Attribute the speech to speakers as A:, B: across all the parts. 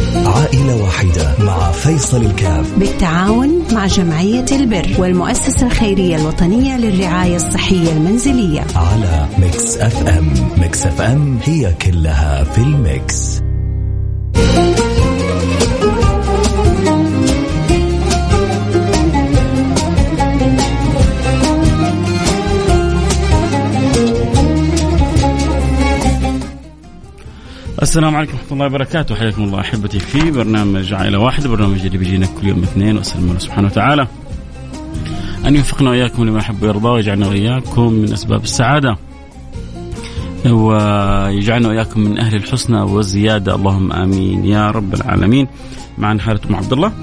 A: عائلة واحدة مع فيصل الكاف
B: بالتعاون مع جمعية البر والمؤسسة الخيرية الوطنية للرعاية الصحية المنزلية
A: على ميكس اف ام. ميكس اف ام هي كلها في الميكس.
C: السلام عليكم ورحمة الله وبركاته. حياكم الله أحبتي في برنامج عائلة واحدة، برنامج اللي بيجينا كل يوم اثنين، وأسأل الله سبحانه وتعالى أن يوفقنا وإياكم لما يحب ويرضى، ويجعلنا وإياكم من أسباب السعادة، ويجعلنا وإياكم من أهل الحسنى والزيادة، اللهم آمين يا رب العالمين. معنا حالة أم عبد الله،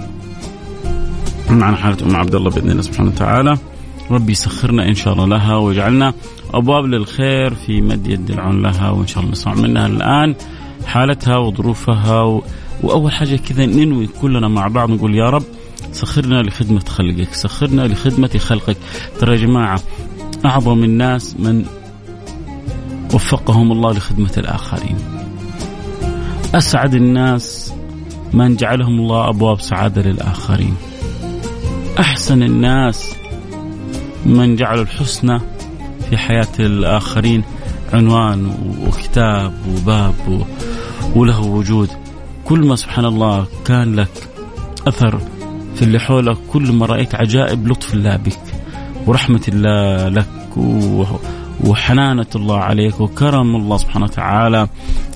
C: بإذن الله سبحانه وتعالى. ربي يسخرنا إن شاء الله لها، ويجعلنا أبواب للخير في مد يد العون لها، وإن شاء الله نسمع منها الآن حالتها وظروفها. وأول حاجة كذا ننوي كلنا مع بعض، نقول يا رب سخرنا لخدمة خلقك، سخرنا لخدمة خلقك. ترى يا جماعة أعظم الناس من وفقهم الله لخدمة الآخرين، أسعد الناس من جعلهم الله أبواب سعادة للآخرين، أحسن الناس من جعل الحسنى في حياة الآخرين عنوان وكتاب وباب وله وجود. كل ما سبحان الله كان لك أثر في اللي حولك، كل ما رأيت عجائب لطف الله بك ورحمة الله لك وحنانة الله عليك وكرم الله سبحانه وتعالى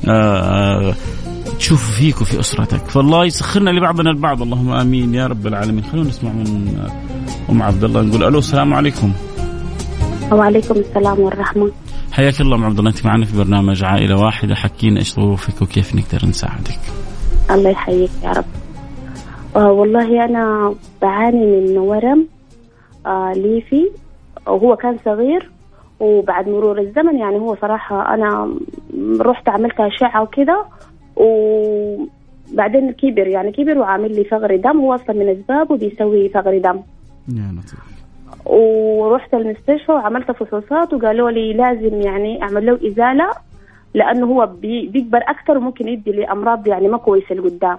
C: تشوف فيك وفي أسرتك. فالله يسخرنا لبعضنا البعض، اللهم آمين يا رب العالمين. خلونا نسمع من أم عبد الله. نقول ألو، السلام عليكم.
D: وعليكم السلام والرحمة.
C: حياك الله أم عبد الله، أنت معنا في برنامج عائلة واحدة. حكينا إيش ظروفك وكيف نقدر نساعدك.
D: الله يحييك يا رب. والله أنا بعاني من ورم ليفي، وهو كان صغير، وبعد مرور الزمن يعني هو صراحة أنا رحت عملت أشعة وكذا، وبعدين كبر وعامل لي فقر دم. هو أصلا من أسبابه بيسوي فقر دم.
C: يا لطيف.
D: ورحت المستشفى وعملت فحوصات، وقالوا لي لازم يعني أعمل له إزالة، لأنه هو بيكبر أكثر وممكن يدي لي أمراض يعني ما كويسة لقدام.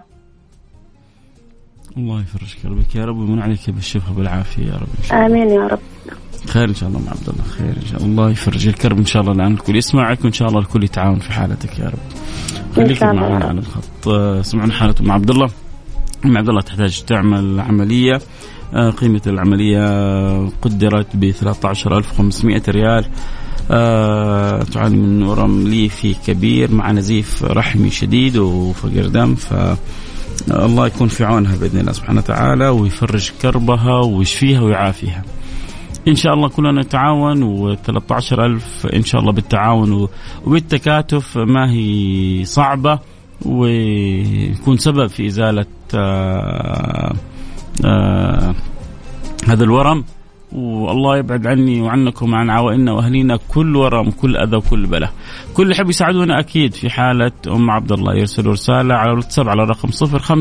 C: الله يفرج كربك يا رب، ويمن عليك بالشفاء بالعافية يا رب إن شاء
D: الله. آمين يا رب.
C: خير إن شاء الله مع عبد الله، خير إن شاء الله. يفرج الكرب إن شاء الله، لأن الكل يسمعك، وإن شاء الله الكل يتعاون في حالتك يا رب. خليك معنا على الخط. سمعنا حالة مع عبد الله. أم عبد الله تحتاج تعمل عملية، قيمة العملية قدرت ب 13,500 ريال. تعاني من ورم ليفي كبير مع نزيف رحمي شديد وفقر دم، فالله يكون في عونها بإذن الله سبحانه وتعالى، ويفرج كربها ويشفيها ويعافيها إن شاء الله. كلنا نتعاون، و13,000 إن شاء الله بالتعاون وبالتكاتف ما هي صعبة، ويكون سبب في إزالة هذا الورم. والله يبعد عني وعنكم عن عوائلنا وأهلينا كل ورم، كل أذى وكل بلاء. كل اللي يحب يساعدونا أكيد في حالة أم عبد الله يرسلوا رسالة على الواتساب على رقم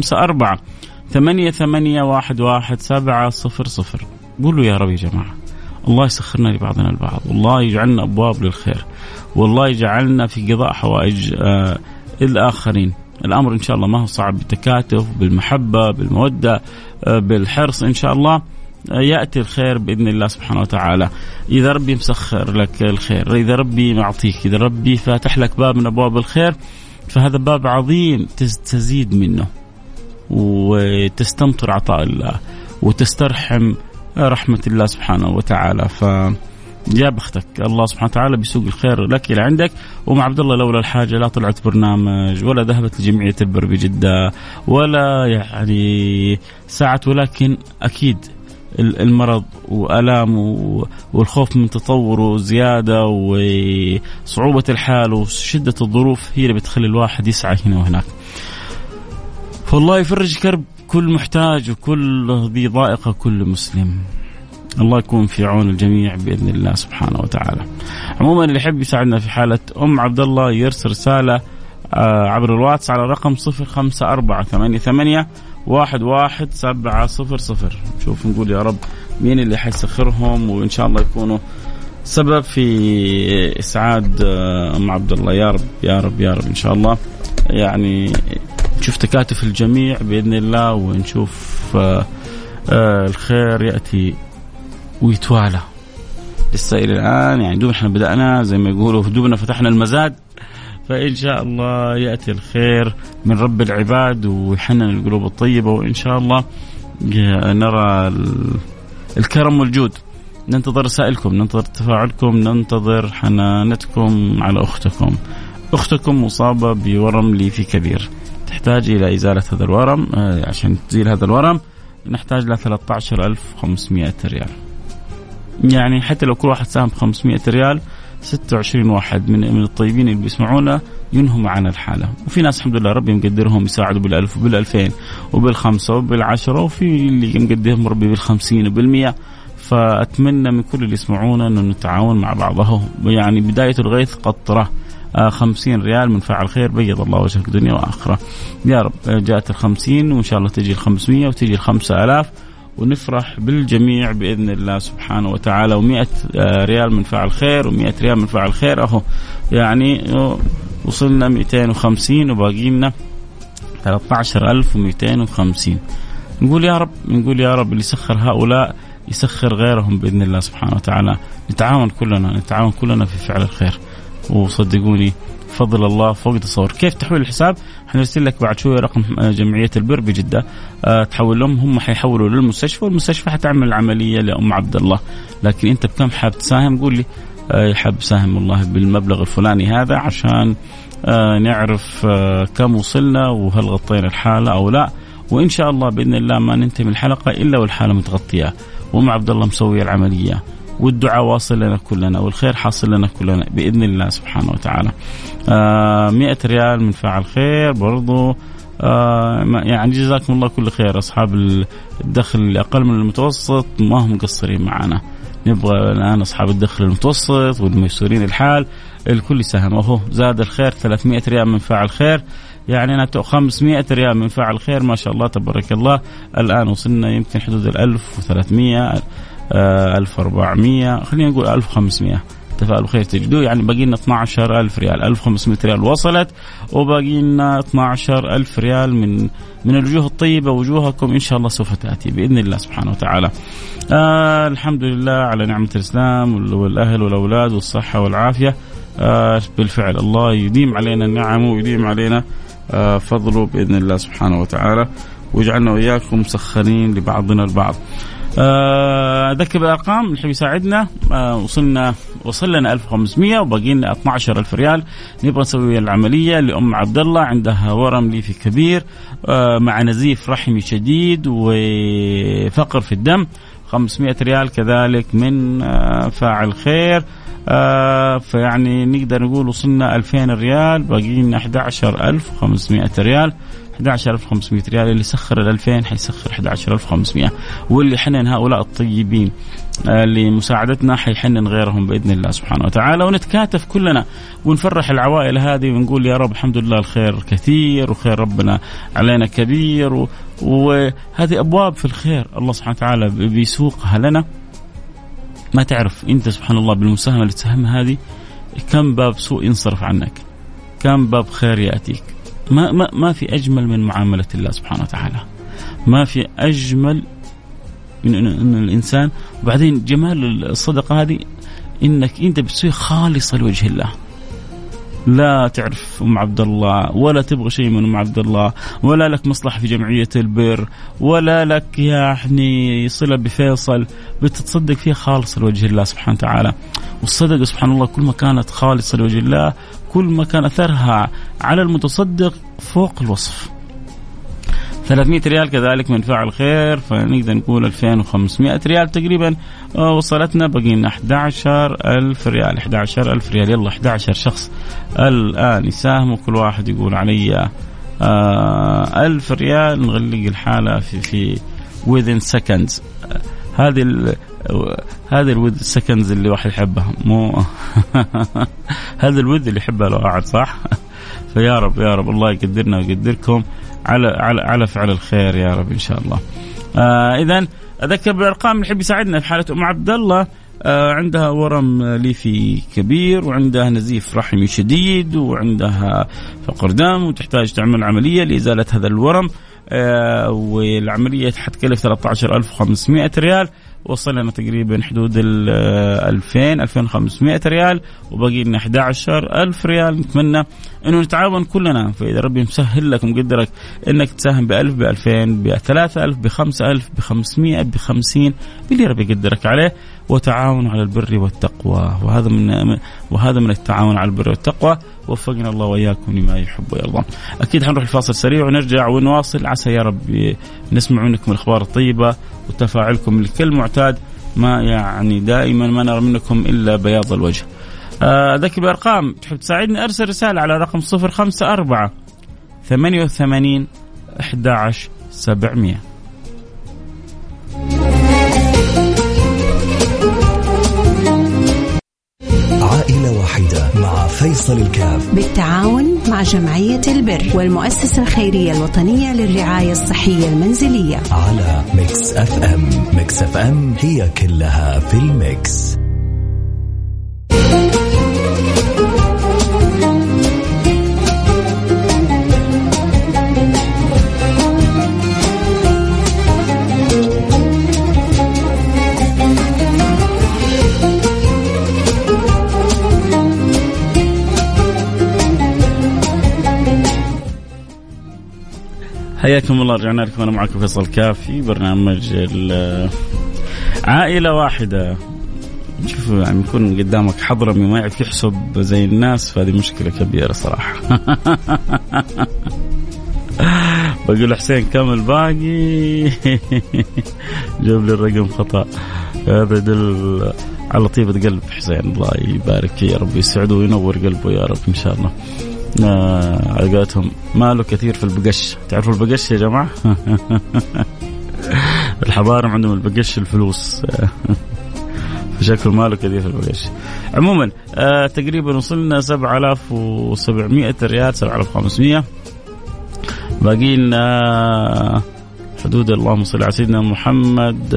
C: 0548811700. قولوا يا رب يا جماعة الله يسخرنا لبعضنا البعض، والله يجعلنا أبواب للخير، والله يجعلنا في قضاء حوائج الآخرين. الأمر إن شاء الله ما هو صعب، بالتكاتف بالمحبة بالمودة بالحرص إن شاء الله يأتي الخير بإذن الله سبحانه وتعالى. إذا ربي مسخر لك الخير، إذا ربي معطيك، إذا ربي فاتح لك باب من أبواب الخير، فهذا باب عظيم تزيد منه وتستمطر عطاء الله وتسترحم رحمة الله سبحانه وتعالى. يا بختك، الله سبحانه وتعالى بيسوق الخير لك إلى عندك. ومع عبد الله لولا الحاجة لا طلعت برنامج، ولا ذهبت لجمعية البر بجدة، ولا يعني ساعة. ولكن أكيد المرض وألامه والخوف من تطوره زيادة وصعوبة الحال وشدة الظروف هي اللي بتخلي الواحد يسعى هنا وهناك. فالله يفرج كرب كل محتاج وكل ذي ضائقة كل مسلم. الله يكون في عون الجميع بإذن الله سبحانه وتعالى. عموما اللي يحب يساعدنا في حالة أم عبد الله يرسل رسالة عبر الواتس على رقم 0548811700. شوف نقول يا رب مين اللي حيسخرهم، وإن شاء الله يكونوا سبب في إسعاد أم عبد الله. يا رب يا رب يا رب إن شاء الله. يعني نشوف تكاتف الجميع بإذن الله، ونشوف الخير يأتي ويتوالى. لسه إلى الآن يعني دوب احنا بدأنا زي ما يقولوا دوبنا فتحنا المزاد، فإن شاء الله يأتي الخير من رب العباد ويحنن القلوب الطيبة، وإن شاء الله نرى الكرم والجود. ننتظر رسائلكم، ننتظر تفاعلكم، ننتظر حنانتكم على أختكم مصابة بورم ليفي كبير، تحتاج إلى إزالة هذا الورم. عشان تزيل هذا الورم نحتاج ل 13,500 ريال. يعني حتى لو كل واحد ساهم 500 ريال 26 واحد من الطيبين اللي بيسمعونا ينهوا معنا الحالة. وفي ناس الحمد لله ربي مقدرهم يساعدوا بال1000 وبال2000 وبال5 وبال10، وفي اللي مقدرهم ربي بال50 وبال100. فأتمنى من كل اللي يسمعونا أنه نتعاون مع بعضه. يعني بداية الغيث قطرة، 50 ريال من فاعل خير بيض الله وجهك دنيا وآخرة. يا رب جاءت 50 وإن شاء الله تجي 500 وتجي 5000، ونفرح بالجميع بإذن الله سبحانه وتعالى. و100 ريال من فاعل خير و100 ريال من فاعل خير، أهو يعني وصلنا 250 وباقي لنا 13,250. نقول يا رب اللي يسخر هؤلاء يسخر غيرهم بإذن الله سبحانه وتعالى. نتعاون كلنا في فعل الخير، وصدقوني فضل الله فوق تصور. كيف تحويل الحساب؟ حنرسل لك بعد شوية رقم جمعية البر بجدة، تحول لهم، هم حيحولوا للمستشفى، والمستشفى حتعمل العملية لأم عبد الله. لكن أنت بكم حاب تساهم؟ قول لي يحب ساهم والله بالمبلغ الفلاني هذا، عشان نعرف كم وصلنا وهل غطينا الحالة أو لا. وإن شاء الله بإذن الله ما ننتهي من الحلقة إلا والحالة متغطية وأم عبد الله مسوي العملية، والدعاء واصل لنا كلنا، والخير حاصل لنا كلنا بإذن الله سبحانه وتعالى. 100 ريال من فاعل خير برضو. يعني جزاكم الله كل خير. أصحاب الدخل الأقل من المتوسط ما هم مقصرين معنا، نبغى الآن أصحاب الدخل المتوسط والميسورين الحال الكل سهم. أهو زاد الخير 300 ريال من فاعل خير، يعني أنا 500 ريال من فاعل خير، ما شاء الله تبارك الله. الآن وصلنا يمكن حدود 1300 1400، خلينا نقول 1500. تفاءلوا خير تجدوه. يعني باقي لنا 12,000 ريال، 1500 ريال وصلت، وباقي لنا 12,000 ريال من الوجوه الطيبة. وجوهكم إن شاء الله سوف تأتي بإذن الله سبحانه وتعالى. الحمد لله على نعمة الإسلام والأهل والأولاد والصحة والعافية. بالفعل الله يديم علينا النعم ويديم علينا فضله بإذن الله سبحانه وتعالى، ويجعلنا وإياكم مسخرين لبعضنا البعض. أذكر بالأرقام اللي حبي يساعدنا. وصل لنا 1500 وباقي لنا 12,000 ريال. نبغى نسوي العملية لأم عبد الله، عندها ورم ليفي كبير مع نزيف رحمي شديد وفقر في الدم. 500 ريال كذلك من فاعل خير. فيعني نقدر نقول وصلنا 2000 ريال، باقي لنا 11,500 ريال. 11,500 ريال. اللي سخر 2000 حيسخر 11,500، واللي حنن هؤلاء الطيبين لمساعدتنا حيحنن غيرهم بإذن الله سبحانه وتعالى. ونتكاتف كلنا ونفرح العوائل هذه ونقول يا رب الحمد لله الخير كثير وخير ربنا علينا كبير. وهذه أبواب في الخير الله سبحانه وتعالى بيسوقها لنا. ما تعرف أنت سبحان الله بالمساهمة اللي تساهمها هذه كم باب سوء ينصرف عنك، كم باب خير يأتيك. ما في أجمل من معاملة الله سبحانه وتعالى، ما في أجمل من أن الإنسان. وبعدين جمال الصدقة هذه إنك أنت بتسوي خالصة لوجه الله، لا تعرف أم عبد الله ولا تبغى شيء من أم عبد الله، ولا لك مصلحة في جمعية البر، ولا لك يعني صلة بفيصل. بتتصدق فيها خالصة لوجه الله سبحانه وتعالى. والصدقة سبحان الله كل ما كانت خالصة لوجه الله كل ما كان أثرها على المتصدق فوق الوصف. 300 ريال كذلك من فاعل خير، فنقدر نقول 2500 ريال تقريبا وصلتنا. بقينا 11,000 ريال. 11,000 ريال. يلا 11 شخص الآن يساهموا، كل واحد يقول علي 1000 ريال، نغلق الحالة في within seconds. هذه الود seconds اللي واحد يحبها، مو هذا الود اللي يحبها لو قاعد صح. فيا رب يا رب الله يقدرنا ويقدركم على فعل الخير يا رب إن شاء الله. إذن أذكر بالأرقام اللي يحب يساعدنا في حالة أم عبد الله. عندها ورم ليفي كبير، وعندها نزيف رحمي شديد، وعندها فقر دم، وتحتاج تعمل عملية لإزالة هذا الورم. والعملية حتكلف 13,500 ريال. وصلنا تقريبا حدود 2,500 ريال، وبقي لنا 11,000 ريال. نتمنى انه نتعاون كلنا، فاذا ربي مسهل لك ومقدرك انك تساهم ب1000 ب2000 ب3000 ب5000 ب500 ب50 باللي ربي يقدرك عليه، وتعاون على البر والتقوى. وهذا من التعاون على البر والتقوى. وفقنا الله وإياكم لما يحب ويرضى. أكيد حنروح الفاصل سريع ونرجع ونواصل. عسى يا رب نسمع منكم الأخبار الطيبة وتفاعلكم الكل معتاد، ما يعني دائما ما نرى منكم إلا بياض الوجه. ذكي بأرقام تحب تساعدني، أرسل رسالة على رقم 054 88 11 700.
A: عائلة واحدة مع فيصل الكاف
B: بالتعاون مع جمعية البر والمؤسسة الخيرية الوطنية للرعاية الصحية المنزلية
A: على ميكس اف ام. ميكس اف ام هي كلها في الميكس.
C: حياكم الله، رجعنا لكم أنا معكم فيصل كافي، برنامج عائلة واحدة. شوفوا يعني يكون قدامك حضرمي ما يعرف يحسب زي الناس، فهذه مشكلة كبيرة صراحة. بقول حسين كم الباقي؟ جاب لي الرقم خطأ. هذا يدل على طيبة قلب حسين، الله يبارك فيه يا رب، يسعده وينور قلبه يا رب إن شاء الله. عقاتهم ماله كثير في البقش. تعرفوا البقش يا جماعة؟ الحضارم عندهم البقش الفلوس. فشكل ماله كثير في البقش. عموما تقريبا وصلنا 7,700 ريال، 7,500. باقي لنا حدود اللهم صل على سيدنا محمد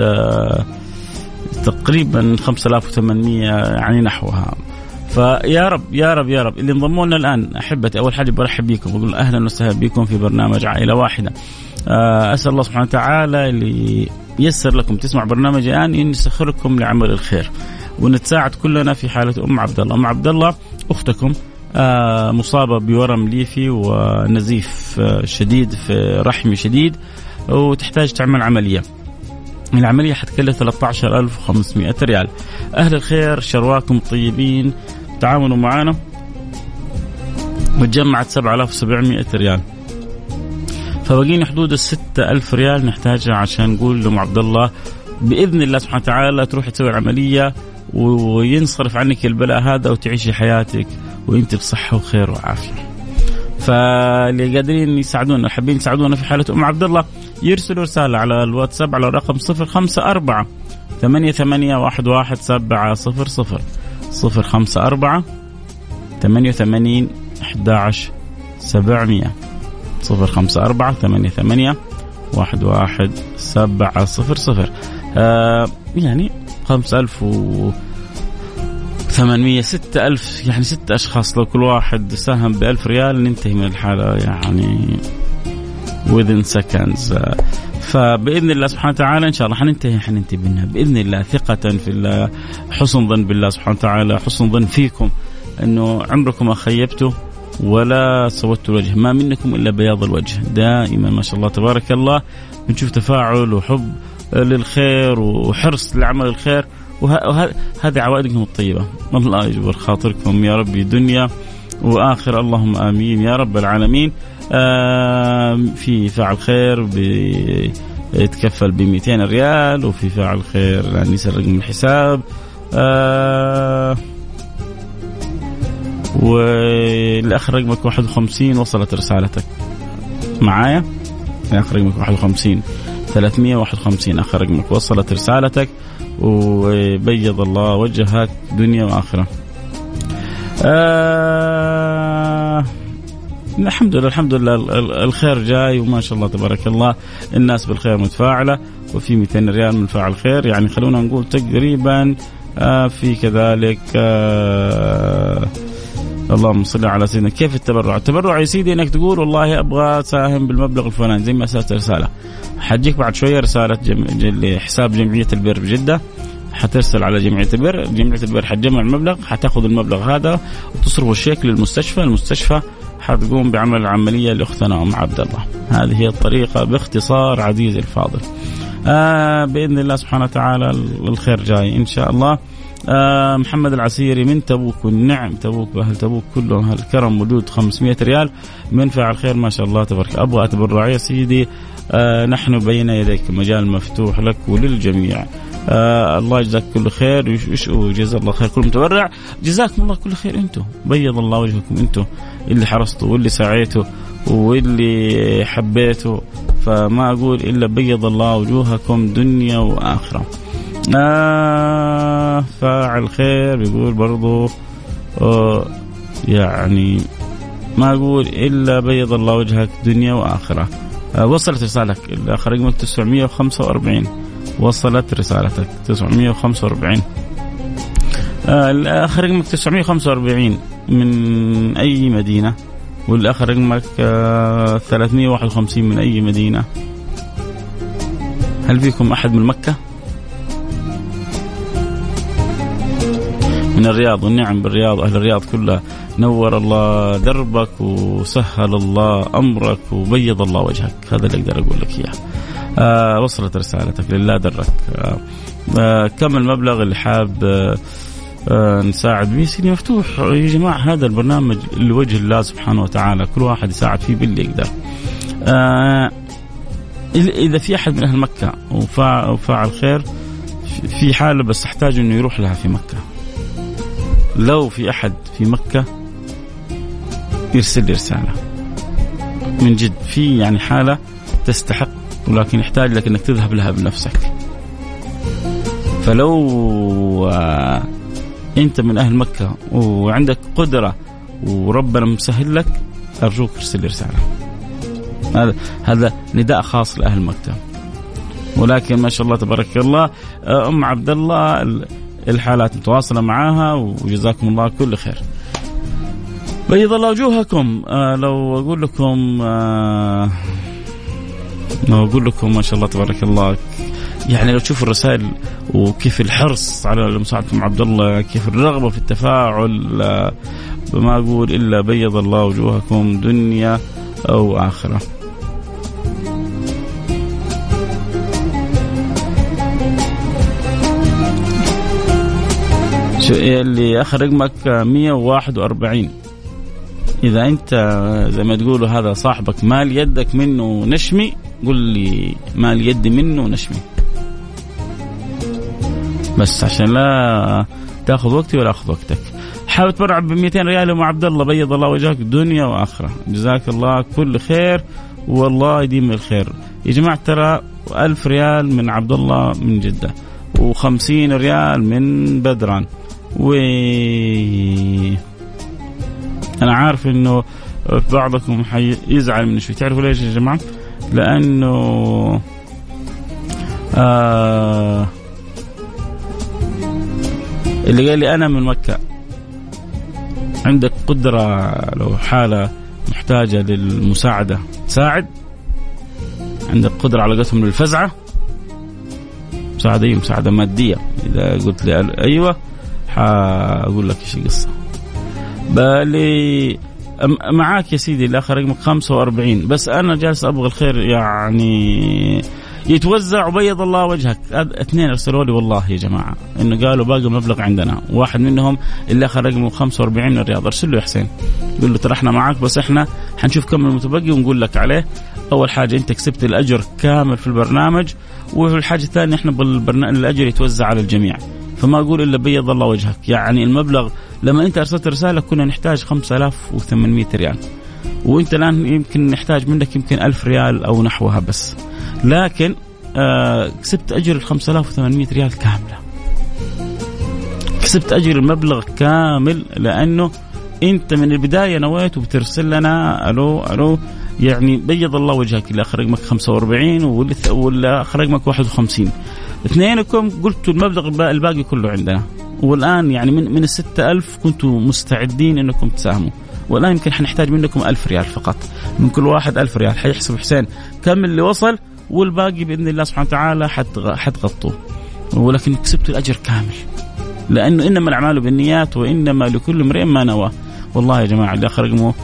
C: تقريبا 5,800 يعني نحوها. فيا رب يا رب يا رب اللي انضموا لنا الآن أحبتي، أول حاجة برحب بكم وأقول أهلا وسهلا بكم في برنامج عائلة واحدة. أسأل الله سبحانه وتعالى اللي ييسر لكم تسمع برنامج الآن إن يسخركم لعمل الخير، ونتساعد كلنا في حالة أم عبد الله. أم عبد الله أختكم مصابة بورم ليفي ونزيف شديد في رحمي شديد، وتحتاج تعمل عملية. العملية حتكلف 13,500 ريال. أهل الخير شرواكم طيبين تعاونوا معنا وتجمعت 7,700 ريال، فبقينا حدود 6,000 ريال نحتاجها عشان نقول لأم عبد الله بإذن الله سبحانه وتعالى تروح تسوي العملية وينصرف عنك البلاء هذا وتعيشي حياتك وانت بصحة وخير وعافية. فاللي قادرين يساعدونا، حابين يساعدونا في حالة أم عبد الله، يرسلوا رسالة على الواتساب على الرقم 054 88 11 700 054 88 11 700 054 88 11 700. يعني 5,800 6,000 يعني 6 أشخاص، لو كل واحد ساهم ب1,000 ريال ننتهي من الحالة يعني within seconds. فبإذن الله سبحانه وتعالى إن شاء الله حننتهي منها بإذن الله، ثقة في الله، حسن ظن بالله سبحانه وتعالى، حسن ظن فيكم أنه عمركم ما خيبتوا ولا سودتوا الوجه، ما منكم إلا بياض الوجه دائما ما شاء الله تبارك الله. بنشوف تفاعل وحب للخير وحرص لعمل الخير، وهذه عوائدكم الطيبة. الله يجبر خاطركم يا رب دنيا وآخر، اللهم آمين يا رب العالمين. في فاعل خير بيتكفل ب200 ريال، وفي فاعل خير يعني يسرق من الحساب. والآخر رقمك 51 وصلت رسالتك معايا. آخر رقمك 51 351 آخر رقمك وصلت رسالتك، وبيض الله وجهك دنيا وآخرة. الحمد لله الحمد لله الخير جاي وما شاء الله تبارك الله، الناس بالخير متفاعلة، وفي 200 ريال من فاعل خير، يعني خلونا نقول تقريبا في كذلك اللهم صل على سيدنا. كيف التبرع؟ التبرع يا سيدي انك تقول والله ابغى اساهم بالمبلغ الفلاني، زي ما ارسلت رساله، حجيك بعد شويه رساله لحساب جمعيه البر بجده، حترسل على جمعيه البر، جمعيه البر حتجمع المبلغ، حتاخذ المبلغ هذا وتصرفه الشيك للمستشفى، المستشفى حتقوم بعمل العمليه لاختنا ام عبد الله. هذه هي الطريقه باختصار عزيزي الفاضل. باذن الله سبحانه وتعالى الخير جاي ان شاء الله. محمد العسيري من تبوك، والنعم تبوك بأهل تبوك كلهم هالكرم، وجود 500 ريال من فاعل خير ما شاء الله تبارك. أبغى أتبرع يا سيدي، نحن بين يديك، مجال مفتوح لك وللجميع. الله يجزاك كل خير، وجزا الله خير كل متبرع، جزاكم الله كل خير. انتم بيض الله وجهكم، انتم اللي حرصتوا واللي سعيتوا واللي حبيتوا، فما أقول إلا بيض الله وجوهكم دنيا وآخرة. فاعل خير بيقول برضو يعني ما أقول إلا بيض الله وجهك دنيا وآخرة. وصلت رسالتك الآخر رقمك 945، وصلت رسالتك 945. الآخر رقمك 945 من أي مدينة؟ والآخر رقمك 351 من أي مدينة؟ هل فيكم أحد من مكة؟ من الرياض، والنعم بالرياض، أهل الرياض كلها نور الله دربك وسهل الله أمرك وبيض الله وجهك. هذا اللي أقدر أقول لك إياه. وصلت رسالتك لله درك. كم المبلغ اللي حاب نساعد به؟ سيدي مفتوح يا جماعة، هذا البرنامج لوجه الله سبحانه وتعالى، كل واحد يساعد فيه باللي يقدر. إذا في أحد من أهل مكة وفاعل خير في حالة بس احتاج أنه يروح لها في مكة، لو في أحد في مكة يرسل لي رسالة من جد، في يعني حالة تستحق ولكن يحتاج لك أنك تذهب لها بنفسك. فلو أنت من أهل مكة وعندك قدرة وربنا مسهل لك، أرجوك ارسل لي رسالة. هذا نداء خاص لأهل مكة. ولكن ما شاء الله تبارك الله أم عبد الله الحالات متواصلة معاها، وجزاكم الله كل خير. بيض الله وجوهكم. لو أقول لكم ما شاء الله تبارك الله، يعني لو تشوفوا الرسائل وكيف الحرص على مساعدة أم عبد الله، كيف الرغبة في التفاعل، ما أقول إلا بيض الله وجوهكم دنيا أو آخرة. اللي آخر رقمك 141. إذا أنت زي ما تقولوا هذا صاحبك مال يدك منه نشمي، قل لي مال يدي منه نشمي، بس عشان لا تأخذ وقتي ولا أخذ وقتك. حاول تبرع ب200 ريال يا عبد الله، بيض الله وجهك دنيا وآخرة. جزاك الله كل خير والله يديم الخير يا جماعة. ترى 1000 ريال من عبد الله من جدة، و50 ريال من بدران، أنا عارف إنه بعضكم يزعل من شوي. تعرفوا ليش يا جماعة؟ لأنه اللي قال لي أنا من مكة، عندك قدرة لو حالة محتاجة للمساعدة تساعد، عندك قدرة على قسم للفزعة، مساعدة مادية. إذا قلت لي أيوة هقول لك إيش القصة. بالي معاك يا سيدي. الآخر رقمك 45. بس أنا جالس أبغى الخير يعني يتوزع وبيض الله وجهك. 2 أرسلوا لي والله يا جماعة إنه قالوا باقي المبلغ عندنا. واحد منهم اللي آخر رقمه 45 من الرياض، أرسل له يا حسين قل له ترى إحنا معاك، بس إحنا حنشوف كم المتبقي ونقول لك عليه. أول حاجة أنت كسبت الأجر كامل في البرنامج، والحاجة الثانية إحنا الأجر يتوزع على الجميع. فما أقول إلا بيض الله وجهك. يعني المبلغ لما أنت أرسلت رسالة كنا نحتاج 5800 ريال، وأنت الآن يمكن نحتاج منك يمكن 1000 ريال أو نحوها بس، لكن كسبت أجر 5800 ريال كاملة، كسبت أجر المبلغ كامل، لأنه أنت من البداية نويت وبترسل لنا ألو يعني بيض الله وجهك. اللي آخر رقمك 45 واللي آخر رقمك 51. اثنينكم قلتوا المبلغ الباقي كله عندنا. والآن يعني من 6000 كنتوا مستعدين أنكم تساهموا، والآن يمكن حنحتاج منكم 1000 ريال فقط، من كل واحد 1000 ريال. حيحسب حسين كم اللي وصل، والباقي بإذن الله سبحانه وتعالى حتغطوه، ولكن كسبتوا الأجر كامل، لأنه إنما الأعمال بالنيات وإنما لكل امرئ ما نوى. والله يا جماعة اللي آخر رقمه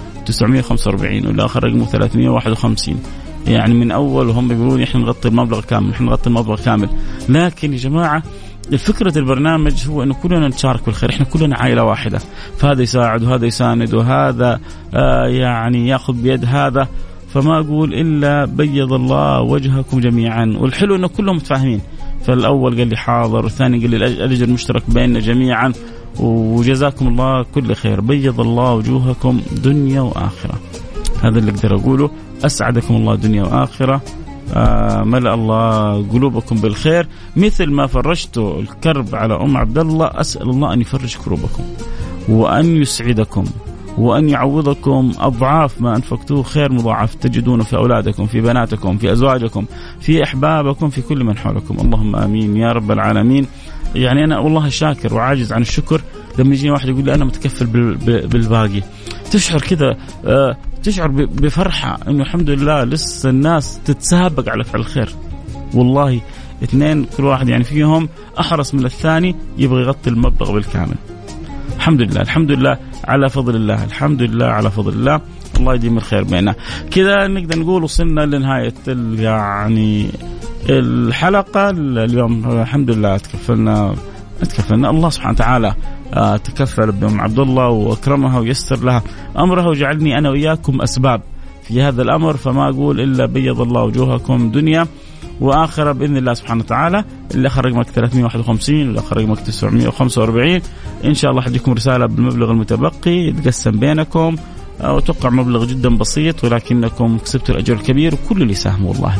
C: 945 واللي آخر رقمه 351، يعني من أول وهم بيقولون إحنا نغطي المبلغ كامل، إحنا نغطي المبلغ كامل. لكن يا جماعة الفكرة البرنامج هو إنه كلنا نتشارك بالخير، إحنا كلنا عائلة واحدة، فهذا يساعد وهذا يساند وهذا يعني يأخذ بيد هذا. فما أقول إلا بيض الله وجهكم جميعا. والحلو إنه كلهم متفاهمين، فالأول قال لي حاضر والثاني قال لي الأجر مشترك بيننا جميعا، وجزاكم الله كل خير، بيض الله وجوهكم دنيا وآخرة. هذا اللي أقدر أقوله. أسعدكم الله دنيا وآخرة، ملأ الله قلوبكم بالخير، مثل ما فرجتوا الكرب على أم عبد الله. أسأل الله أن يفرج كروبكم وأن يسعدكم وأن يعوضكم أضعاف ما أنفقتوه خير مضاعف تجدونه في أولادكم، في بناتكم، في أزواجكم، في أحبابكم، في كل من حولكم. اللهم آمين يا رب العالمين. يعني أنا والله شاكر وعاجز عن الشكر لما يجي واحد يقول لي أنا متكفل بالباقي. تشعر كذا، تشعر بفرحة إنه الحمد لله لسه الناس تتسابق على فعل الخير. والله اثنين كل واحد يعني فيهم أحرص من الثاني يبغى يغطي المبلغ بالكامل. الحمد لله، الحمد لله على فضل الله، الحمد لله على فضل الله. الله يديم الخير بيننا. كذا نقدر نقول وصلنا لنهاية يعني الحلقة اليوم. الحمد لله تكفلنا الله سبحانه وتعالى تكفل بأم عبد الله وأكرمها ويسر لها أمرها، وجعلني أنا وإياكم أسباب في هذا الأمر. فما أقول إلا بيض الله وجوهكم دنيا وآخرة بإذن الله سبحانه وتعالى. اللي آخر رقمك 351 واللي آخر رقمك 945 إن شاء الله حديكم رسالة بالمبلغ المتبقي يتقسم بينكم، وتوقع مبلغ جدا بسيط ولكنكم كسبتوا الأجر الكبير. وكل اللي ساهموا، والله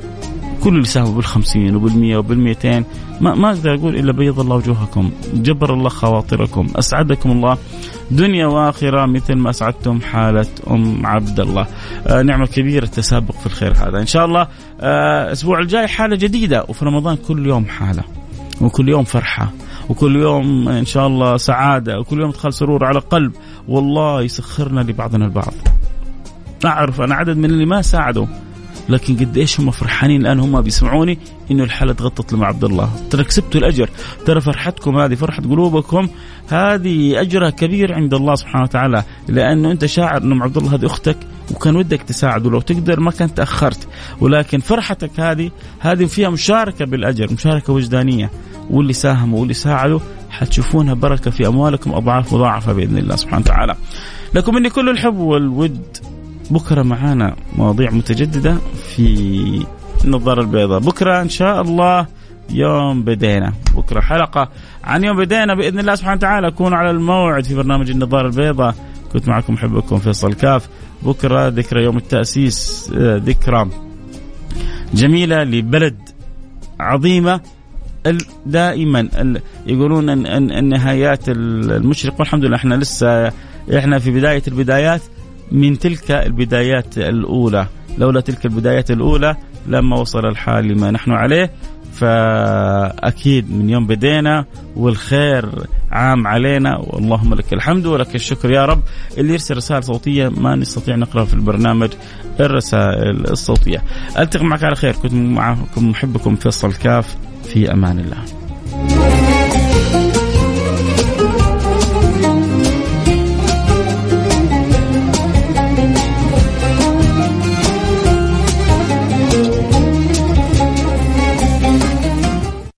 C: كل اللي ساهموا بال50 وبال100 وبال200 ما أقدر أقول إلا بيض الله وجوهكم، جبر الله خواطركم، أسعدكم الله دنيا وآخرة مثل ما أسعدتم حالة أم عبد الله. نعمة كبيرة التسابق في الخير هذا. إن شاء الله الأسبوع الجاي حالة جديدة، وفي رمضان كل يوم حالة، وكل يوم فرحة، وكل يوم إن شاء الله سعادة، وكل يوم دخل سرور على قلب. والله يسخرنا لبعضنا البعض. أعرف أنا عدد من اللي ما ساعدوا، لكن قد إيش هم فرحانين الآن هم بيسمعوني إنه الحالة تغطت لمع عبد الله. ترى كسبتوا الأجر، ترى فرحتكم هذه، فرحة قلوبكم هذه أجرها كبير عند الله سبحانه وتعالى، لأنه أنت شاعر إنه عبد الله هذه أختك وكان ودك تساعده، لو تقدر ما كنت تأخرت. ولكن فرحتك هذه فيها مشاركة بالأجر، مشاركة وجدانية. واللي ساهموا واللي ساعدوا حتشوفونها بركة في أموالكم أضعاف مضاعفة بإذن الله سبحانه وتعالى. لكم مني كل الحب والود. بكرة معانا مواضيع متجددة في النظارة البيضاء. بكرة إن شاء الله يوم بدينا، بكرة حلقة عن يوم بدينا بإذن الله سبحانه وتعالى. كونوا على الموعد في برنامج النظارة البيضاء. كنت معكم محبكم فيصل كاف. بكرة ذكرى يوم التأسيس، ذكرى جميلة لبلد عظيمة. دائما يقولون أن النهايات المشرق، والحمد لله احنا في بداية البدايات من تلك البدايات الأولى. لولا تلك البدايات الأولى لما وصل الحال لما نحن عليه. فأكيد من يوم بدينا والخير عام علينا، واللهم لك الحمد ولك الشكر يا رب. اللي يرسل رسالة صوتية ما نستطيع نقرأ في البرنامج الرسائل الصوتية. ألتقي معك على خير. كنت معكم محبكم فيصل كاف. في أمان الله.